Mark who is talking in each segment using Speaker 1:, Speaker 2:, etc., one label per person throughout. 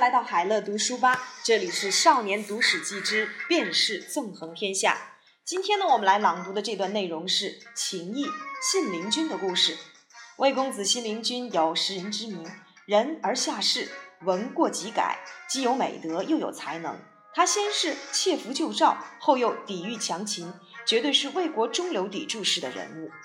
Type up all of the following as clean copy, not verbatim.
Speaker 1: 来到海乐读书吧，这里是少年读史记之辩士纵横天下。今天呢，我们来朗读的这段内容是秦义信陵君的故事。魏公子信陵君有诗人之名，人而下士，闻过即改，既有美德又有才能。他先是窃符救赵，后又抵御强秦，绝对是魏国中流砥柱式的人物。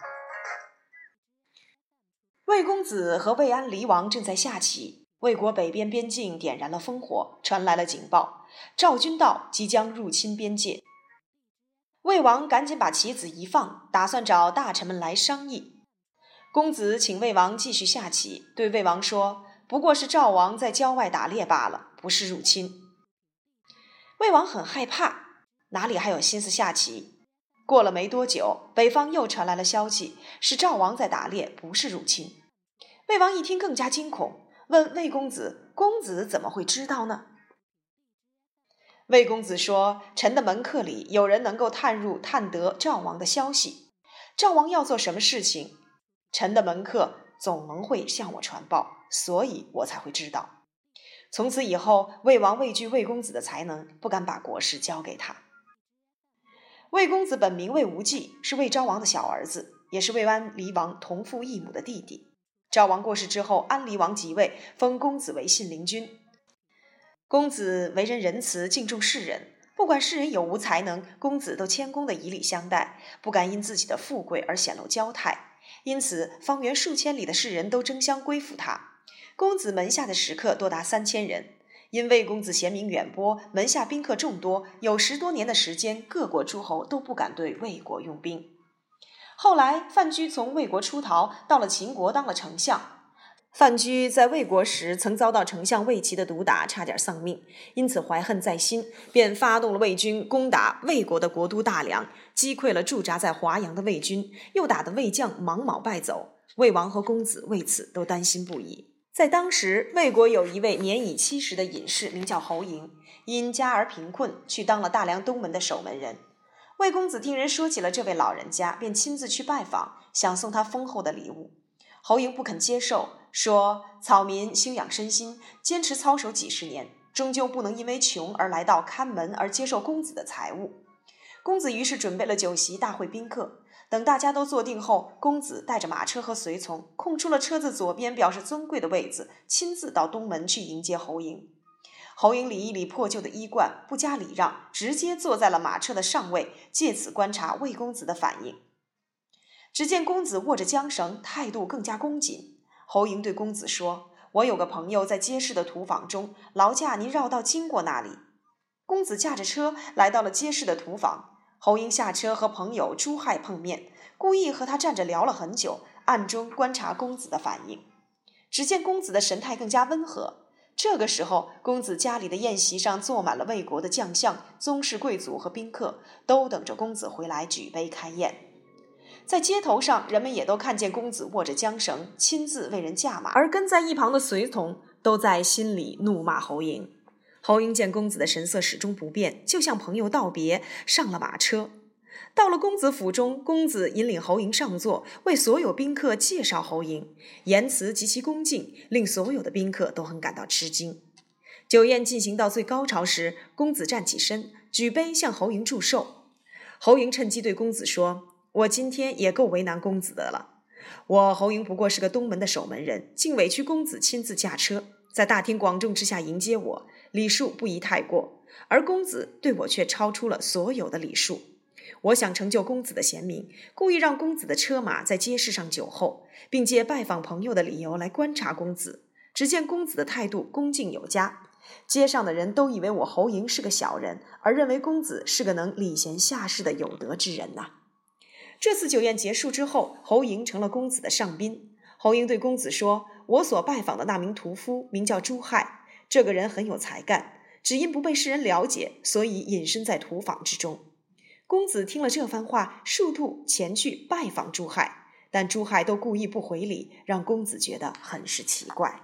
Speaker 1: 魏公子和魏安离王正在下棋，魏国北边边境点燃了烽火，传来了警报，赵军到，即将入侵边界。魏王赶紧把棋子一放，打算找大臣们来商议。公子请魏王继续下棋，对魏王说，不过是赵王在郊外打猎罢了，不是入侵。魏王很害怕，哪里还有心思下棋？过了没多久，北方又传来了消息，是赵王在打猎，不是入侵。魏王一听更加惊恐，问魏公子，公子怎么会知道呢？魏公子说，臣的门客里有人能够探得赵王的消息，赵王要做什么事情，臣的门客总能会向我传报，所以我才会知道。从此以后，魏王畏惧魏公子的才能，不敢把国事交给他。魏公子本名魏无忌，是魏昭王的小儿子，也是魏安离王同父异母的弟弟。赵王过世之后，安离王即位，封公子为信陵君。公子为人仁慈，敬重世人，不管世人有无才能，公子都谦恭地以礼相待，不敢因自己的富贵而显露骄态。因此方圆数千里的世人都争相归附他。公子门下的食客多达3000人，因魏公子贤名远播，门下宾客众多，有10多年的时间，各国诸侯都不敢对魏国用兵。后来范雎从魏国出逃，到了秦国当了丞相。范雎在魏国时曾遭到丞相魏齐的毒打，差点丧命，因此怀恨在心，便发动了魏军攻打魏国的国都大梁，击溃了驻扎在华阳的魏军，又打得魏将莽莽败走。魏王和公子为此都担心不已。在当时，魏国有一位年已70的隐士，名叫侯嬴，因家而贫困，去当了大梁东门的守门人。魏公子听人说起了这位老人家，便亲自去拜访，想送他丰厚的礼物。侯嬴不肯接受，说草民休养身心，坚持操守几十年，终究不能因为穷而来到看门而接受公子的财物。公子于是准备了酒席大会宾客，等大家都坐定后，公子带着马车和随从，空出了车子左边表示尊贵的位子，亲自到东门去迎接侯嬴。侯嬴理一理破旧的衣冠，不加礼让，直接坐在了马车的上位，借此观察魏公子的反应。只见公子握着缰绳，态度更加恭谨。侯嬴对公子说，我有个朋友在街市的土坊中，劳驾您绕道经过那里。公子驾着车来到了街市的土坊，侯嬴下车和朋友朱亥碰面，故意和他站着聊了很久，暗中观察公子的反应。只见公子的神态更加温和。这个时候，公子家里的宴席上坐满了魏国的将相、宗室贵族和宾客，都等着公子回来举杯开宴。在街头上，人们也都看见公子握着缰绳，亲自为人驾马，而跟在一旁的随从都在心里怒骂侯嬴。侯嬴见公子的神色始终不变，就向朋友道别，上了马车。到了公子府中，公子引领侯嬴上座，为所有宾客介绍侯嬴，言辞极其恭敬，令所有的宾客都很感到吃惊。酒宴进行到最高潮时，公子站起身，举杯向侯嬴祝寿。侯嬴趁机对公子说，我今天也够为难公子的了。我侯嬴不过是个东门的守门人，竟委屈公子亲自驾车，在大庭广众之下迎接我，礼数不宜太过，而公子对我却超出了所有的礼数。我想成就公子的贤名，故意让公子的车马在街市上酒后，并借拜访朋友的理由来观察公子。只见公子的态度恭敬有加，街上的人都以为我侯嬴是个小人，而认为公子是个能礼贤下士的有德之人呐。这次酒宴结束之后，侯嬴成了公子的上宾。侯嬴对公子说，我所拜访的那名屠夫名叫朱亥，这个人很有才干，只因不被世人了解，所以隐身在土坊之中。公子听了这番话，数度前去拜访朱亥，但朱亥都故意不回礼，让公子觉得很是奇怪。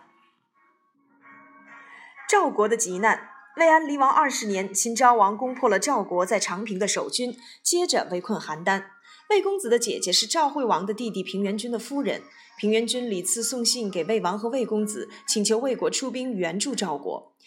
Speaker 1: 赵国的急难。魏安离王20年，秦昭王攻破了赵国在长平的守军，接着围困邯郸。魏公子的姐姐是赵惠王的弟弟平原君的夫人，平原君屡次送信给魏王和魏公子，请求魏国出兵援助赵国。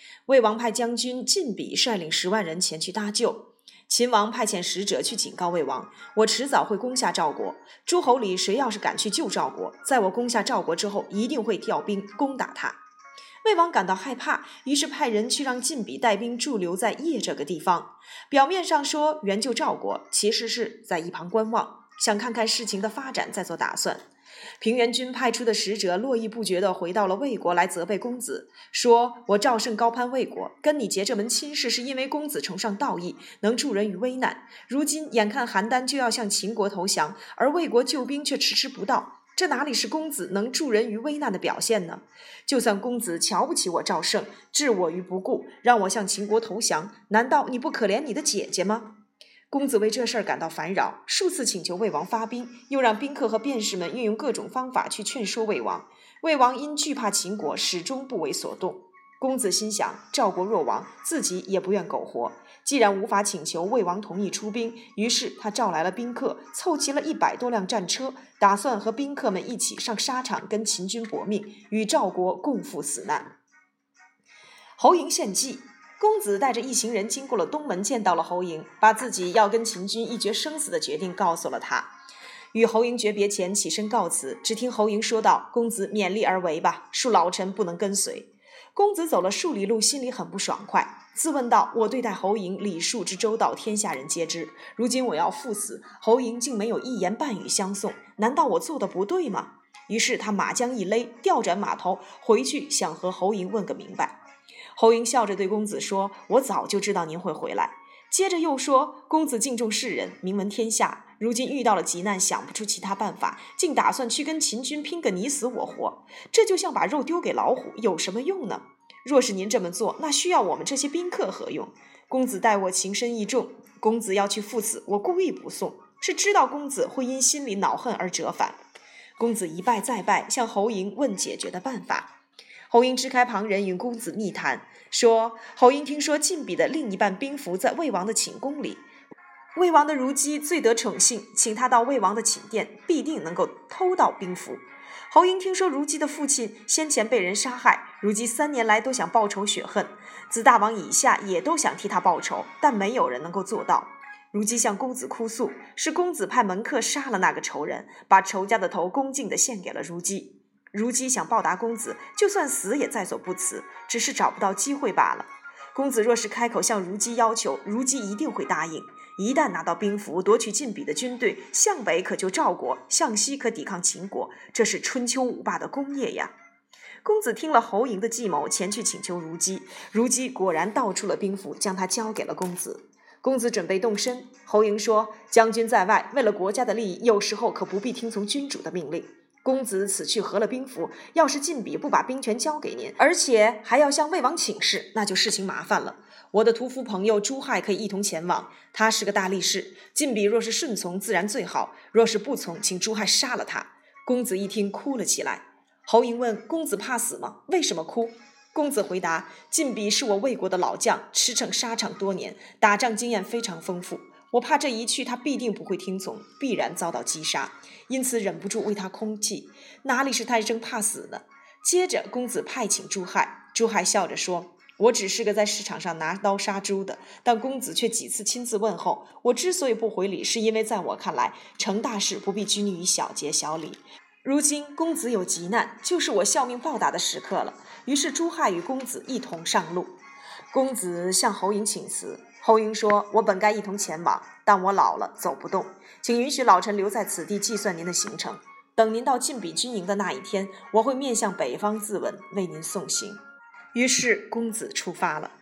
Speaker 1: 魏王派将军晋鄙率领10万人前去搭救。秦王派遣使者去警告魏王，我迟早会攻下赵国，诸侯里谁要是敢去救赵国，在我攻下赵国之后，一定会调兵攻打他。魏王感到害怕，于是派人去让晋鄙带兵驻留在邺这个地方，表面上说援救赵国，其实是在一旁观望，想看看事情的发展再做打算。平原君派出的使者络绎不绝地回到了魏国来责备公子，说我赵胜高攀魏国，跟你结这门亲事是因为公子崇尚道义，能助人于危难，如今眼看邯郸就要向秦国投降，而魏国救兵却迟迟不到，这哪里是公子能助人于危难的表现呢？就算公子瞧不起我赵胜，置我于不顾，让我向秦国投降，难道你不可怜你的姐姐吗？公子为这事儿感到烦扰，数次请求魏王发兵，又让宾客和辩士们运用各种方法去劝说魏王。魏王因惧怕秦国，始终不为所动。公子心想，赵国若亡，自己也不愿苟活。既然无法请求魏王同意出兵，于是他召来了宾客，凑齐了100多辆战车，打算和宾客们一起上沙场跟秦军搏命，与赵国共赴死难。侯嬴献计。公子带着一行人经过了东门，见到了侯嬴，把自己要跟秦军一决生死的决定告诉了他。与侯嬴诀别前起身告辞，只听侯嬴说道：公子勉力而为吧，恕老臣不能跟随。公子走了数里路，心里很不爽快，自问道：我对待侯嬴礼数之周到，天下人皆知，如今我要赴死，侯嬴竟没有一言半语相送，难道我做的不对吗？于是他马缰一勒，调转马头回去，想和侯嬴问个明白。侯嬴笑着对公子说：我早就知道您会回来。接着又说：公子敬重世人，名闻天下，如今遇到了急难，想不出其他办法，竟打算去跟秦军拼个你死我活，这就像把肉丢给老虎，有什么用呢？若是您这么做，那需要我们这些宾客何用？公子待我情深意重，公子要去赴死，我故意不送，是知道公子会因心里恼恨而折返。公子一拜再拜，向侯嬴问解决的办法。侯嬴支开旁人与公子密谈，说侯嬴听说晋鄙的另一半兵符在魏王的寝宫里，魏王的如姬最得宠幸，请他到魏王的寝殿，必定能够偷到兵符。侯嬴听说如姬的父亲先前被人杀害，如姬3年来都想报仇雪恨，子大王以下也都想替他报仇，但没有人能够做到。如姬向公子哭诉，是公子派门客杀了那个仇人，把仇家的头恭敬地献给了如姬。如姬想报答公子，就算死也在所不辞，只是找不到机会罢了。公子若是开口向如姬要求，如姬一定会答应。一旦拿到兵符，夺取晋鄙的军队，向北可救赵国，向西可抵抗秦国，这是春秋五霸的功业呀。公子听了侯嬴的计谋，前去请求如姬。如姬果然道出了兵符，将他交给了公子。公子准备动身，侯嬴说：将军在外，为了国家的利益，有时候可不必听从君主的命令。公子此去合了兵符，要是晋鄙不把兵权交给您，而且还要向魏王请示，那就事情麻烦了。我的屠夫朋友朱亥可以一同前往，他是个大力士，晋鄙若是顺从自然最好，若是不从，请朱亥杀了他。公子一听哭了起来。侯嬴问：公子怕死吗？为什么哭？公子回答：晋鄙是我魏国的老将，驰骋沙场多年，打仗经验非常丰富，我怕这一去他必定不会听从，必然遭到击杀，因此忍不住为他空泣，哪里是贪生怕死呢？接着公子派请朱亥，朱亥笑着说：我只是个在市场上拿刀杀猪的，但公子却几次亲自问候，我之所以不回礼，是因为在我看来，成大事不必拘泥于小节小礼。如今公子有急难，就是我效命报答的时刻了。于是朱亥与公子一同上路。公子向侯嬴请辞，侯嬴说：我本该一同前往，但我老了走不动，请允许老臣留在此地计算您的行程，等您到晋鄙军营的那一天，我会面向北方自刎，为您送行。于是公子出发了。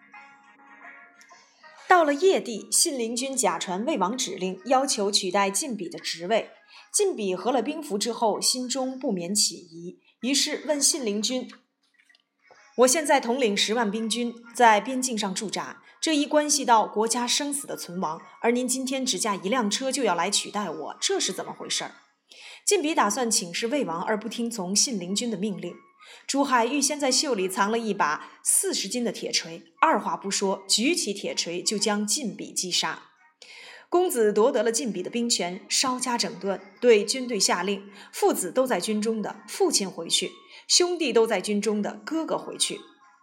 Speaker 1: 到了邺地，信陵君假传魏王指令，要求取代晋鄙的职位。晋鄙合了兵符之后，心中不免起疑，于是问信陵君：我现在统领10万兵军，在边境上驻扎，这一关系到国家生死的存亡，而您今天只驾1辆车就要来取代我，这是怎么回事？晋鄙打算请示魏王，而不听从信陵君的命令。朱亥预先在袖里藏了一把40斤的铁锤，二话不说，举起铁锤就将晋鄙击杀。公子夺得了晋鄙的兵权，稍加整顿，对军队下令：父子都在军中的父亲回去，兄弟都在军中的哥哥回去。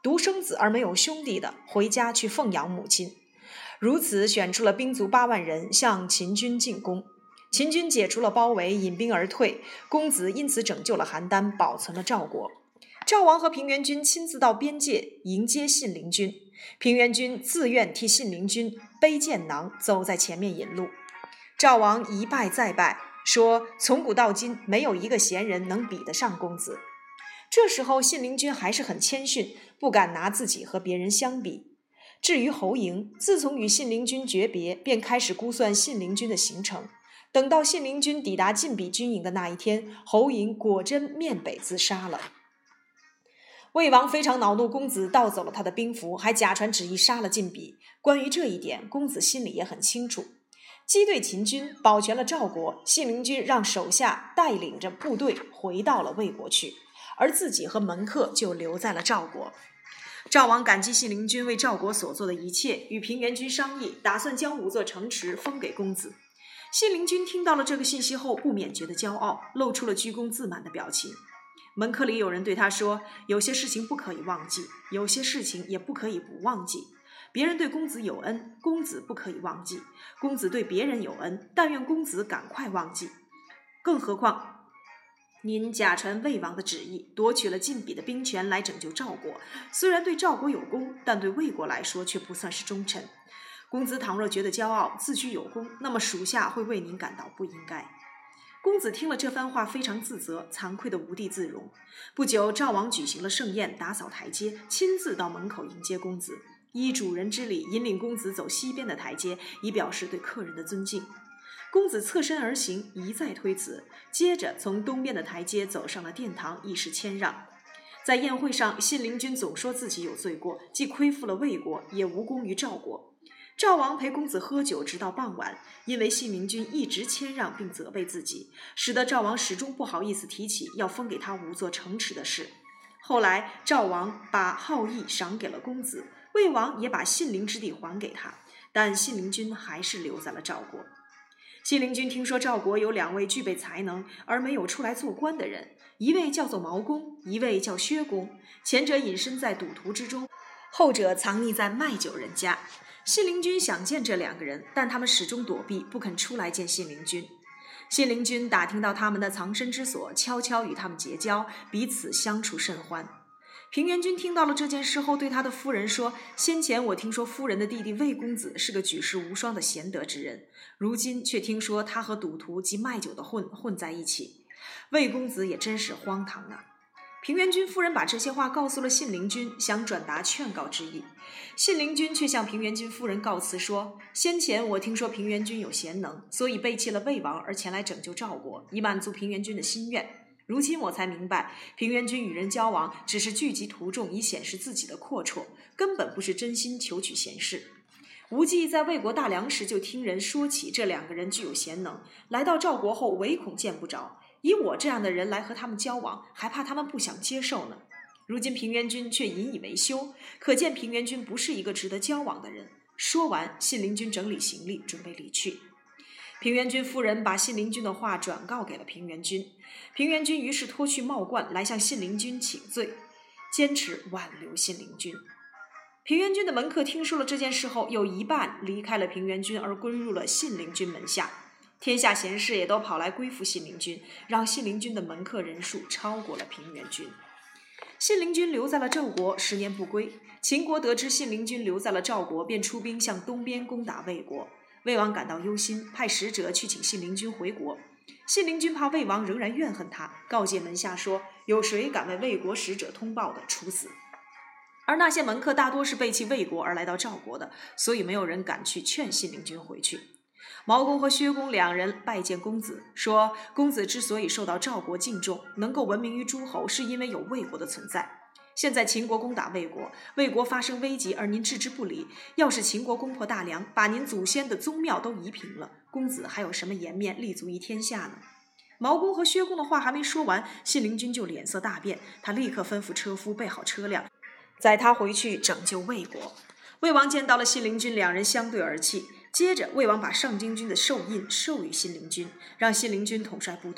Speaker 1: 独生子而没有兄弟的，回家去奉养母亲。如此选出了兵卒8万人向秦军进攻。秦军解除了包围，引兵而退，公子因此拯救了邯郸，保存了赵国。赵王和平原君亲自到边界迎接信陵君，平原君自愿替信陵君背剑囊，走在前面引路。赵王一拜再拜，说从古到今没有一个贤人能比得上公子。这时候信陵君还是很谦逊，不敢拿自己和别人相比。至于侯嬴，自从与信陵君诀别，便开始估算信陵君的行程。等到信陵君抵达晋鄙军营的那一天，侯嬴果真面北自杀了。魏王非常恼怒公子盗走了他的兵符，还假传旨意杀了晋鄙。关于这一点，公子心里也很清楚。击退秦军，保全了赵国，信陵君让手下带领着部队回到了魏国去，而自己和门客就留在了赵国。赵王感激信陵君为赵国所做的一切，与平原君商议，打算将5座城池封给公子。信陵君听到了这个信息后，不免觉得骄傲，露出了居功自满的表情。门客里有人对他说，有些事情不可以忘记，有些事情也不可以不忘记。别人对公子有恩，公子不可以忘记；公子对别人有恩，但愿公子赶快忘记。更何况您假传魏王的旨意，夺取了晋鄙的兵权来拯救赵国，虽然对赵国有功，但对魏国来说却不算是忠臣。公子倘若觉得骄傲，自居有功，那么属下会为您感到不应该。公子听了这番话，非常自责，惭愧得无地自容。不久，赵王举行了盛宴，打扫台阶，亲自到门口迎接公子，依主人之礼，引领公子走西边的台阶，以表示对客人的尊敬。公子侧身而行，一再推辞，接着从东边的台阶走上了殿堂，以示谦让。在宴会上，信陵君总说自己有罪过，既亏负了魏国，也无功于赵国。赵王陪公子喝酒，直到傍晚。因为信陵君一直谦让并责备自己，使得赵王始终不好意思提起要封给他5座城池的事。后来赵王把好邑赏给了公子，魏王也把信陵之地还给他，但信陵君还是留在了赵国。信陵君听说赵国有2位具备才能而没有出来做官的人，一位叫做毛公，一位叫薛公，前者隐身在赌徒之中，后者藏匿在卖酒人家。信陵君想见这2个人，但他们始终躲避，不肯出来见信陵君。信陵君打听到他们的藏身之所，悄悄与他们结交，彼此相处甚欢。平原君听到了这件事后，对他的夫人说，先前我听说夫人的弟弟魏公子是个举世无双的贤德之人，如今却听说他和赌徒及卖酒的混在一起，魏公子也真是荒唐啊。平原君夫人把这些话告诉了信陵君，想转达劝告之意。信陵君却向平原君夫人告辞说，先前我听说平原君有贤能，所以背弃了魏王而前来拯救赵国，以满足平原君的心愿。如今我才明白，平原君与人交往只是聚集徒众，以显示自己的阔绰，根本不是真心求取贤士。无忌在魏国大梁时就听人说起这2个人具有贤能，来到赵国后唯恐见不着，以我这样的人来和他们交往，还怕他们不想接受呢。如今平原君却引以为羞，可见平原君不是一个值得交往的人。说完，信陵君整理行李，准备离去。平原君夫人把信陵君的话转告给了平原君，平原君于是脱去帽冠来向信陵君请罪，坚持挽留信陵君。平原君的门客听说了这件事后，有一半离开了平原君而归入了信陵君门下，天下贤士也都跑来归附信陵君，让信陵君的门客人数超过了平原君。信陵君留在了赵国，10年不归。秦国得知信陵君留在了赵国，便出兵向东边攻打魏国。魏王感到忧心，派使者去请信陵君回国。信陵君怕魏王仍然怨恨他，告诫门下说，有谁敢为魏国使者通报的，处死。而那些门客大多是背弃魏国而来到赵国的，所以没有人敢去劝信陵君回去。毛公和薛公2人拜见公子，说公子之所以受到赵国敬重，能够闻名于诸侯，是因为有魏国的存在。现在秦国攻打魏国，魏国发生危急，而您置之不理，要是秦国攻破大梁，把您祖先的宗庙都夷平了，公子还有什么颜面立足于天下呢？毛公和薛公的话还没说完，信陵君就脸色大变，他立刻吩咐车夫备好车辆，载他回去拯救魏国。魏王见到了信陵君，2人相对而泣。接着魏王把上京军的授印授予信陵君，让信陵君统帅部队。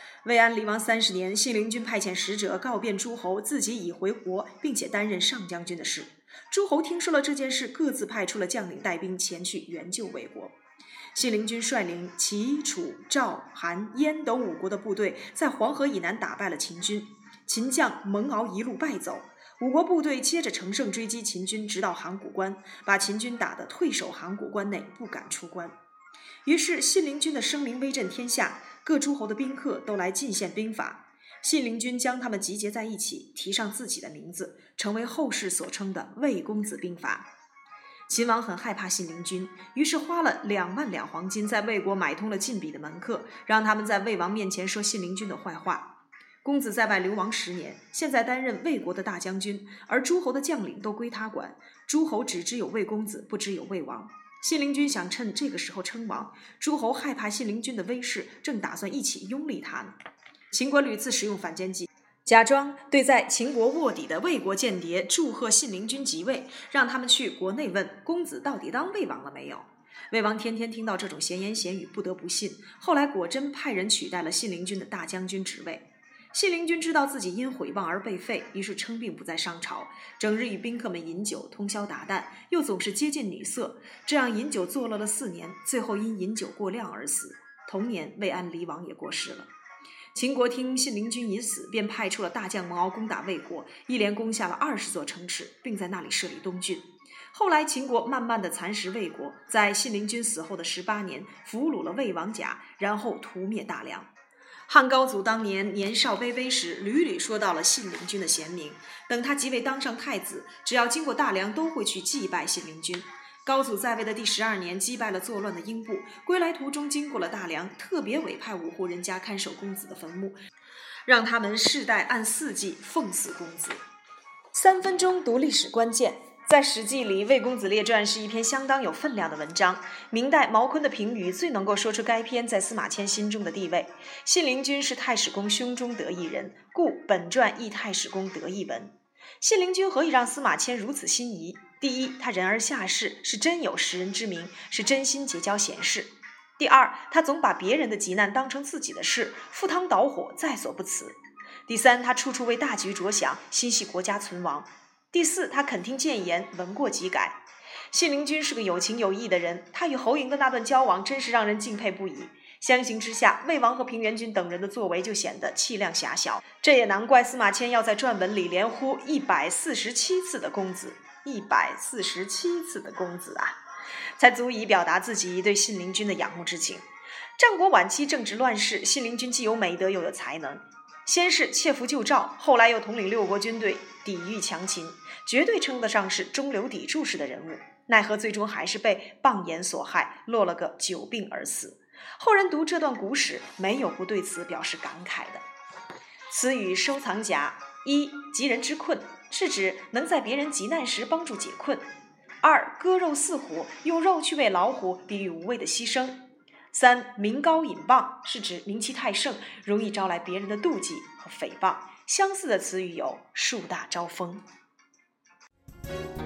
Speaker 1: 魏安离王30年，信陵君派遣使者告遍诸侯，自己已回国，并且担任上将军的事。诸侯听说了这件事，各自派出了将领带兵前去援救魏国。信陵君率领齐、楚、赵、韩、燕等5国的部队，在黄河以南打败了秦军。秦将蒙敖一路败走，5国部队接着乘胜追击秦军，直到函谷关，把秦军打得退守函谷关内，不敢出关。于是信陵君的声名威震天下，各诸侯的宾客都来进献兵法。信陵君将他们集结在一起，提上自己的名字，成为后世所称的魏公子兵法。秦王很害怕信陵君，于是花了2万两黄金在魏国买通了晋鄙的门客，让他们在魏王面前说信陵君的坏话。公子在外流亡10年，现在担任魏国的大将军，而诸侯的将领都归他管，诸侯只知有魏公子，不知有魏王。信陵君想趁这个时候称王，诸侯害怕信陵君的威势，正打算一起拥立他呢。秦国屡次使用反间计，假装对在秦国卧底的魏国间谍祝贺信陵君即位，让他们去国内问公子到底当魏王了没有。魏王天天听到这种闲言闲语，不得不信，后来果真派人取代了信陵君的大将军职位。信陵君知道自己因毁谤而被废，于是称病不再上朝，整日与宾客们饮酒，通宵达旦，又总是接近女色，这样饮酒作乐了4年，最后因饮酒过量而死。同年，魏安离王也过世了。秦国听信陵君已死，便派出了大将蒙敖攻打魏国，一连攻下了20座城池，并在那里设立东郡。后来秦国慢慢地蚕食魏国，在信陵君死后的18年，俘虏了魏王甲，然后屠灭大梁。汉高祖当年年少卑微时，屡屡说到了信陵君的贤明，等他即位当上太子，只要经过大梁，都会去祭拜信陵君。高祖在位的第12年，击败了作乱的英布，归来途中经过了大梁，特别委派5户人家看守公子的坟墓，让他们世代按4祭奉祀公子。3分钟读历史关键。在《史记》里，《魏公子列传》是一篇相当有分量的文章。明代毛坤的评语最能够说出该篇在司马迁心中的地位。信陵君是太史公胸中得一人，故本传亦太史公得一文。信陵君何以让司马迁如此心仪？第一，他人而下士，是真有识人之明，是真心结交贤士。第二，他总把别人的急难当成自己的事，赴汤蹈火在所不辞。第三，他处处为大局着想，心系国家存亡。第四，他肯听谏言，闻过即改。信陵君是个有情有义的人，他与侯嬴的那段交往真是让人敬佩不已。相形之下，魏王和平原君等人的作为就显得气量狭小。这也难怪司马迁要在传文里连呼147次的公子，147次的公子啊，才足以表达自己对信陵君的仰慕之情。战国晚期正值乱世，信陵君既有美德又有才能。先是窃符救赵，后来又统领6国军队抵御强秦，绝对称得上是中流砥柱式的人物。奈何最终还是被谤言所害，落了个久病而死。后人读这段古史，没有不对此表示感慨的。词语收藏夹：一、急人之困，是指能在别人急难时帮助解困。2、割肉似虎，用肉去喂老虎，比喻无谓的牺牲。3、名高引谤，是指名气太盛，容易招来别人的妒忌和诽谤。相似的词语有树大招风。